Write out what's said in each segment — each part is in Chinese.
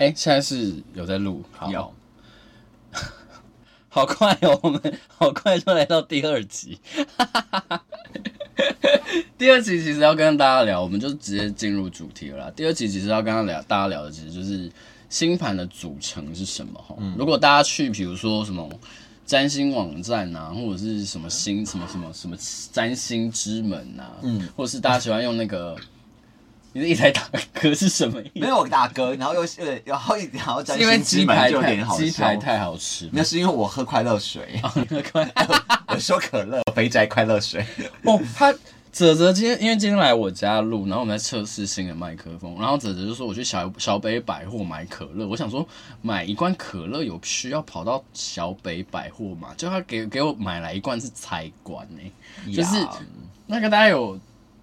现在是有在录，好， 有， 好快哦，我们好快就来到第2集。第2集其实要跟大家聊，我们就直接进入主题了啦。第2集其实要跟大家聊的，其实就是星盘的组成是什么。如果大家去，比如说什么占星网站啊，或者是什么星什么占星之门啊，或者是大家喜欢用那个。你一直在打嗝是什么意思？ 没有打嗝，然后又占星之门就有点好笑。 鸡排太好吃， 那是因为我喝快乐水。我说可乐，肥宅快乐水。 泽今天来我家录，然后我们在测试新的麦克风，然后泽就说我去小北百货买可乐，我想说买一罐可乐有需要跑到小北百货嘛？就他给我买来一罐是菜罐就是那个大概有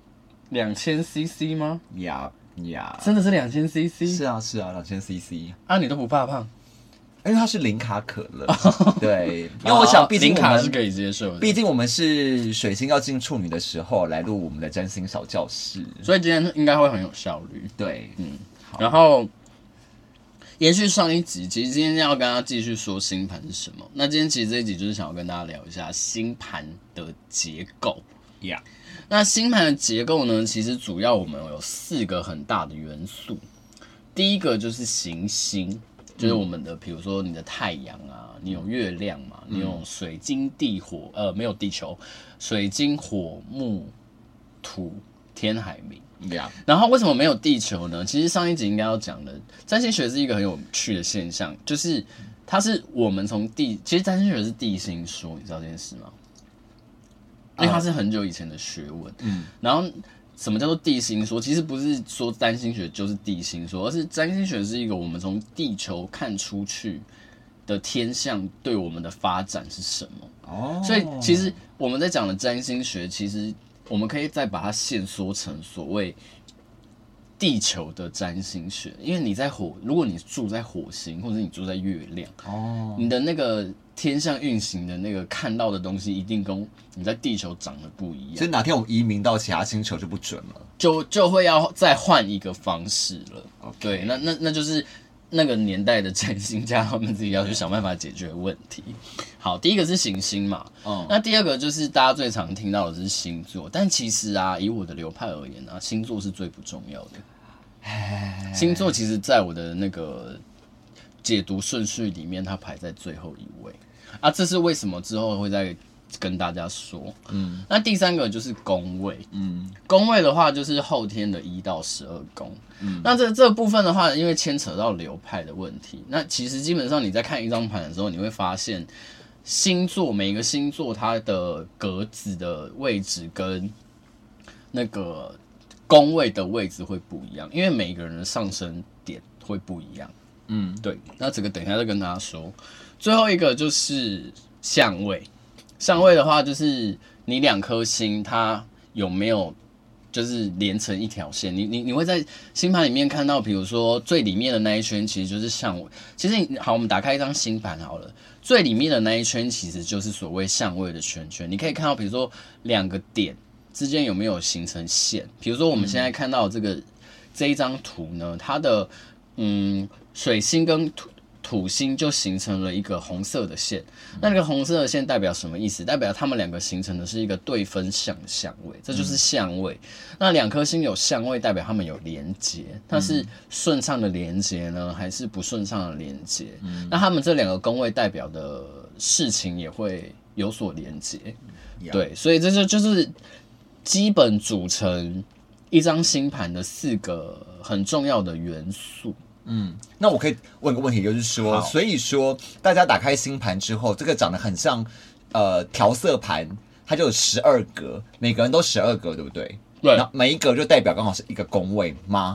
2000cc 吗？ 呀， 真的是2000cc？ 是啊，2000cc。 啊，你都不怕胖？ 因为它是零卡可乐，对，因为我想，毕竟零卡是可以接受的。 毕竟我们是水星要进处女的时候来录我们的占星小教室， 所以今天应该会很有效率。 对， 好。然后延续上一集，其实今天要跟大家继续说星盘是什么。那今天其实这一集就是想要跟大家聊一下星盘的结构。那星盘的结构呢，其实主要我们有4个很大的元素。第一个就是行星，就是我们的，比如说你的太阳啊，你有月亮嘛，你有水金地火，没有地球，水金火木土天海冥。然后为什么没有地球呢？其实上一集应该要讲的，占星学是一个很有趣的现象，就是它是我们其实占星学是地心说，你知道这件事吗？因为它是很久以前的学问。然后什么叫做地心说？其实不是说占星学就是地心说，而是占星学是一个我们从地球看出去的天象对我们的发展是什么。所以其实我们在讲的占星学，其实我们可以再把它限缩成所谓地球的占星学。因为如果你住在火星，或者你住在月亮，你的那个天象运行的那个看到的东西，一定跟你在地球长得不一样。 所以哪天我们移民到其他星球就不准了， 就会要再换一个方式了。 Okay. 对，那就是那个年代的占星家他们自己要去想办法解决的问题。好，第一个是行星嘛，那第二个就是大家最常听到的是星座，但其实啊，以我的流派而言啊，星座是最不重要的。星座其实在我的那个解读顺序里面，它排在最后一位啊，这是为什么？之后会再跟大家说。那第3个就是宫位。宫位的话就是后天的1到12宫。那这部分的话，因为牵扯到流派的问题，那其实基本上你在看一张盘的时候，你会发现每一个星座它的格子的位置跟那个宫位的位置会不一样，因为每个人的上升点会不一样。对，那这个等一下再跟大家说。最后一个就是相位，相位的话就是你2颗星它有没有就是连成一条线，你会在星盘里面看到，比如说最里面的那一圈其实就是相位。其实好，我们打开一张星盘好了，最里面的那一圈其实就是所谓相位的圈圈。你可以看到，比如说2个点之间有没有形成线。比如说我们现在看到这一张图呢，它的水星跟土星就形成了一个红色的线。那个红色的线代表什么意思？代表他们2个形成的是一个对分相的相位，这就是相位。那2颗星有相位，代表他们有连结，它是顺畅的连结呢，还是不顺畅的连结？那他们这2个宫位代表的事情也会有所连结。对，所以这就是基本组成一张星盘的4个很重要的元素。 那我可以问个问题，就是说，所以说大家打开星盘之后，这个长得很像调色盘，它就有12格，每个人都12格，对不对？ 对。 那每一格就代表刚好是一个宫位吗？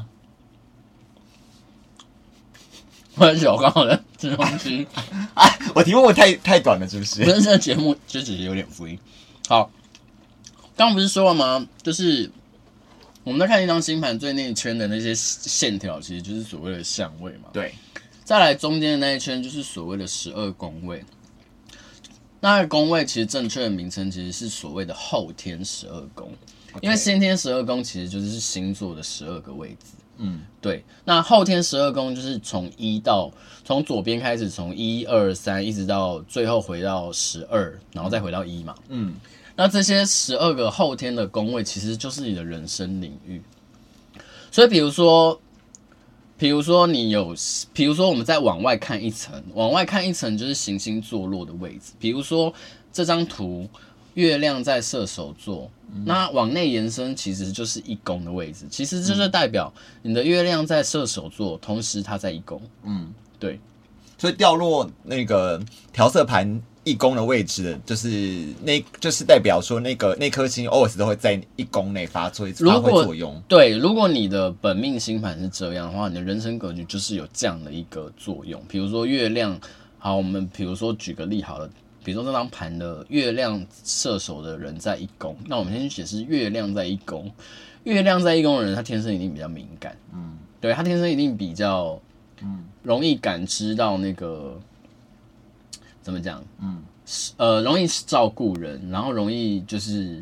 我很小刚好的这东西。 我提问太短了，是不是？ 不是，这个节目就只是有点福音。好，刚刚不是说了吗？就是我们在看一张星盘最内圈的那些线条，其实就是所谓的相位嘛。 对。 再来中间的那一圈就是所谓的12宫位。那宫位其实正确的名称其实是所谓的后天12宫。 因为先天12宫其实就是星座的12个位置。对。那后天12宫就是从左边开始，从1、2、3一直到最后回到12，然后再回到1嘛。那这些12个后天的宫位其实就是你的人生领域。所以比如说我们再往外看一层，就是行星坐落的位置。比如说这张图，月亮在射手座，那往内延伸其实就是1宫的位置，其实就是代表你的月亮在射手座，同时它在1宫。对， 所以掉落那个调色盘1宫的位置，就是代表说那颗星 always 都会在1宫内发挥作用。 对，如果你的本命星盘是这样的话，你的人生格局就是有这样的一个作用。比如说月亮，好，我们比如说举个例好了。比如说这张盘的月亮射手的人在1宫，那我们先去解释月亮在1宫。月亮在1宫的人，他天生一定比较敏感，对，他天生一定比较容易感知到那个怎么讲，容易照顾人，然后容易就是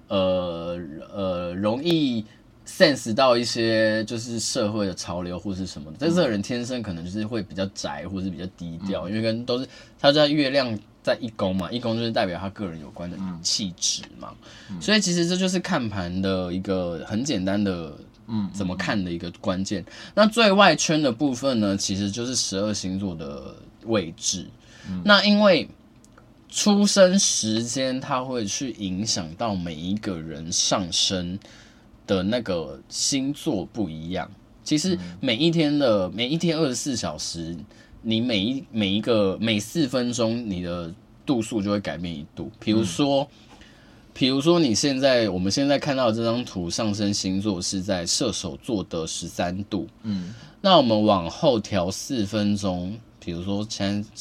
容易 sense 到一些就是社会的潮流或是什么的。但这个人天生可能就是会比较宅或是比较低调，因为都是他在月亮在1宫嘛，1宫就是代表他个人有关的气质嘛，所以其实这就是看盘的一个很简单的怎么看的一个关键。那最外圈的部分呢，其实就是12星座的位置。那因为出生时间它会去影响到每一个人上升的那个星座不一样。其实每一天24小时，你每4分钟，你的度数就会改变1度。比如说我们现在看到的这张图，上升星座是在射手座的13度。那我们往后调4分钟，比如说现在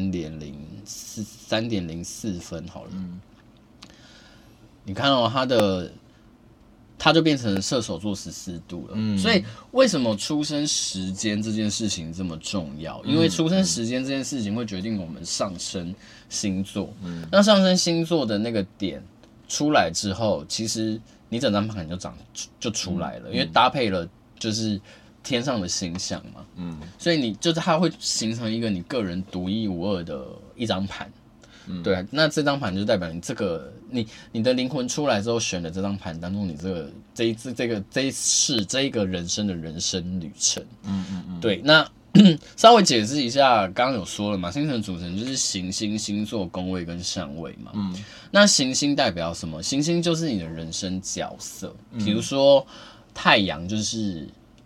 3.04分好了。你看到它就变成射手座14度了。所以为什么出生时间这件事情这么重要？因为出生时间这件事情会决定我们上升星座。那上升星座的那个点出来之后，其实你整张盘就出来了，因为搭配了就是天上的星象嘛。所以它会形成一个你个人独一无二的一张盘。对，那这张盘就代表你你的灵魂出来之后选的这张盘当中，你这一个人生的人生旅程。对，那稍微解释一下，刚刚有说了嘛，星辰组成就是行星、星座、宫位跟相位嘛。那行星代表什么？行星就是你的人生角色。比如说太阳就是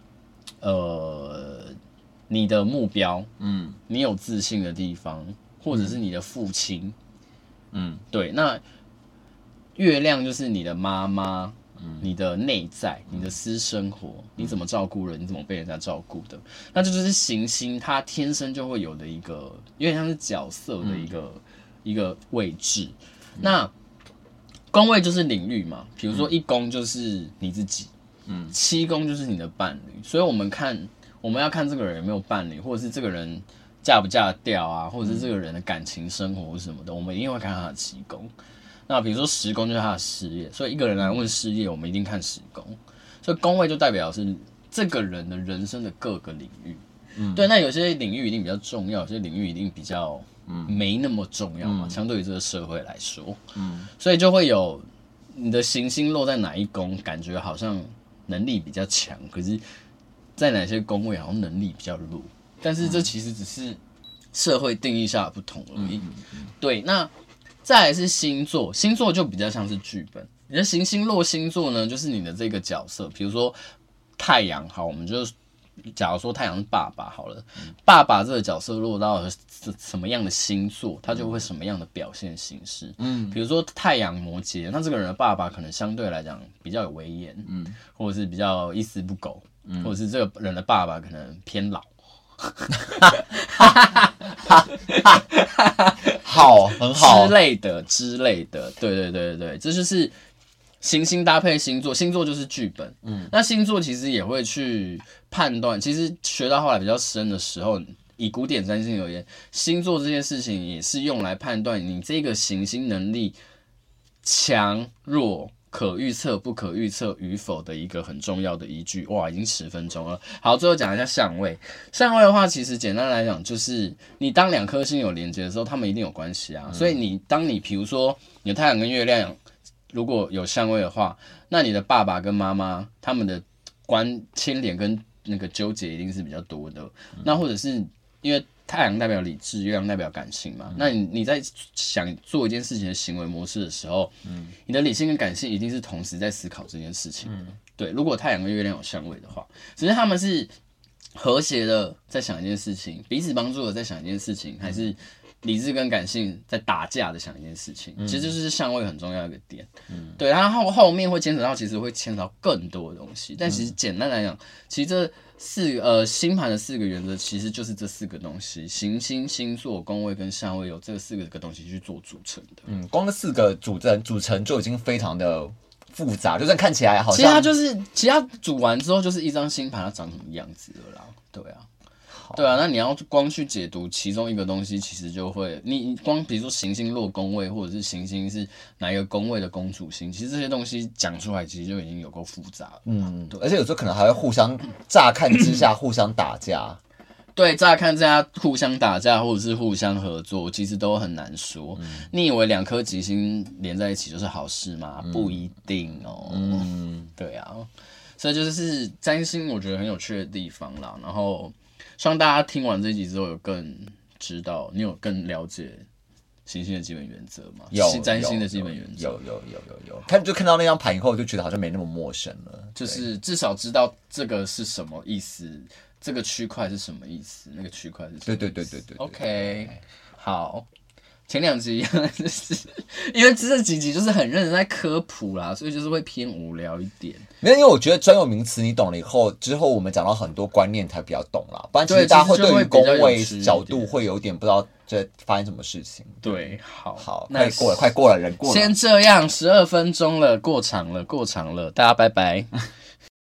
你的目标，你有自信的地方。或者是你的父亲，对，那月亮就是你的妈妈，你的内在，你的私生活，你怎么照顾人，你怎么被人家照顾的，那这就是行星它天生就会有的一个，有点像是角色的一个位置。那宫位就是领域嘛，比如说1宫就是你自己，7宫就是你的伴侣，所以我们要看这个人有没有伴侣，或者是这个人嫁不嫁得掉啊，或者是这个人的感情生活什么的，我们一定会看他的7宫。那比如说10宫就是他的事业，所以一个人来问事业，我们一定看10宫。所以宫位就代表是这个人的人生的各个领域。对，那有些领域一定比较重要，有些领域一定比较没那么重要嘛，相对于这个社会来说。所以就会有你的行星落在哪一宫，感觉好像能力比较强，可是在哪些宫位好像能力比较弱。但是这其实只是社会定义下的不同而已。对，那再来是星座，星座就比较像是剧本。你的行星落星座呢，就是你的这个角色。比如说太阳，好，我们就假如说太阳是爸爸好了，爸爸这个角色落到了什么样的星座，他就会什么样的表现形式。比如说太阳摩羯，那这个人的爸爸可能相对来讲比较有威严，或者是比较一丝不苟，或者是这个人的爸爸可能偏老。 好，很好之类的，对，这就是行星搭配星座，星座就是剧本。那星座其实也会去判断，其实学到后来比较深的时候，以古典占星而言，星座这件事情也是用来判断你这个行星能力强弱可预测不可预测与否的一个很重要的依据。哇，已经10分钟了。好，最后讲一下相位。相位的话，其实简单来讲，就是你当2颗星有连接的时候，它们一定有关系啊。所以当你比如说你的太阳跟月亮如果有相位的话，那你的爸爸跟妈妈他们的牵连跟那个纠结一定是比较多的。那或者是因为太阳代表理智，月亮代表感性嘛。那你在想做一件事情的行为模式的时候，你的理性跟感性一定是同时在思考这件事情。对，如果太阳跟月亮有相位的话，只是他们是和谐的在想一件事情，彼此帮助的在想一件事情，还是理智跟感性在打架的想一件事情，其实就是相位很重要的一个点。对，它后面会牵扯到，其实会牵扯到更多的东西。但其实简单来讲，其实这星盘的4个原则，其实就是这4个东西：行星、星座、宫位跟相位，有这4个东西去做组成的。 光这4个组成就已经非常的复杂，就算看起来好像， 其实它组完之后就是一张星盘它长什么样子了啦。对啊，那你要光去解读其中一个东西，其实就会你光比如说行星落宫位，或者是行星是哪一个宫位的公主星，其实这些东西讲出来，其实就已经有够复杂了。 对，而且有时候可能还会互相乍看之下互相打架。 对，乍看之下互相打架，或者是互相合作，其实都很难说。你以为2颗吉星连在一起就是好事吗？不一定哦。对啊，所以就是占星，我觉得很有趣的地方啦。然后希望大家听完这一集之后有更知道，你有更了解行星的基本原则吗？占星的基本原则有。看到那张盘以后，就觉得好像没那么陌生了。 就是至少知道这个是什么意思，这个区块是什么意思，那个区块是什么意思。对。OK， 好。前2集就是因为这几集就是很认真在科普啦，所以就是会偏无聊一点。 没有，因为我觉得专有名词你懂了以后，之后我们讲到很多观念才比较懂啦。不然其实大家会对于宫位角度会有点不知道这发生什么事情。 对，好， 快过了，人过了。 先这样，12分钟了，过长了，大家拜拜。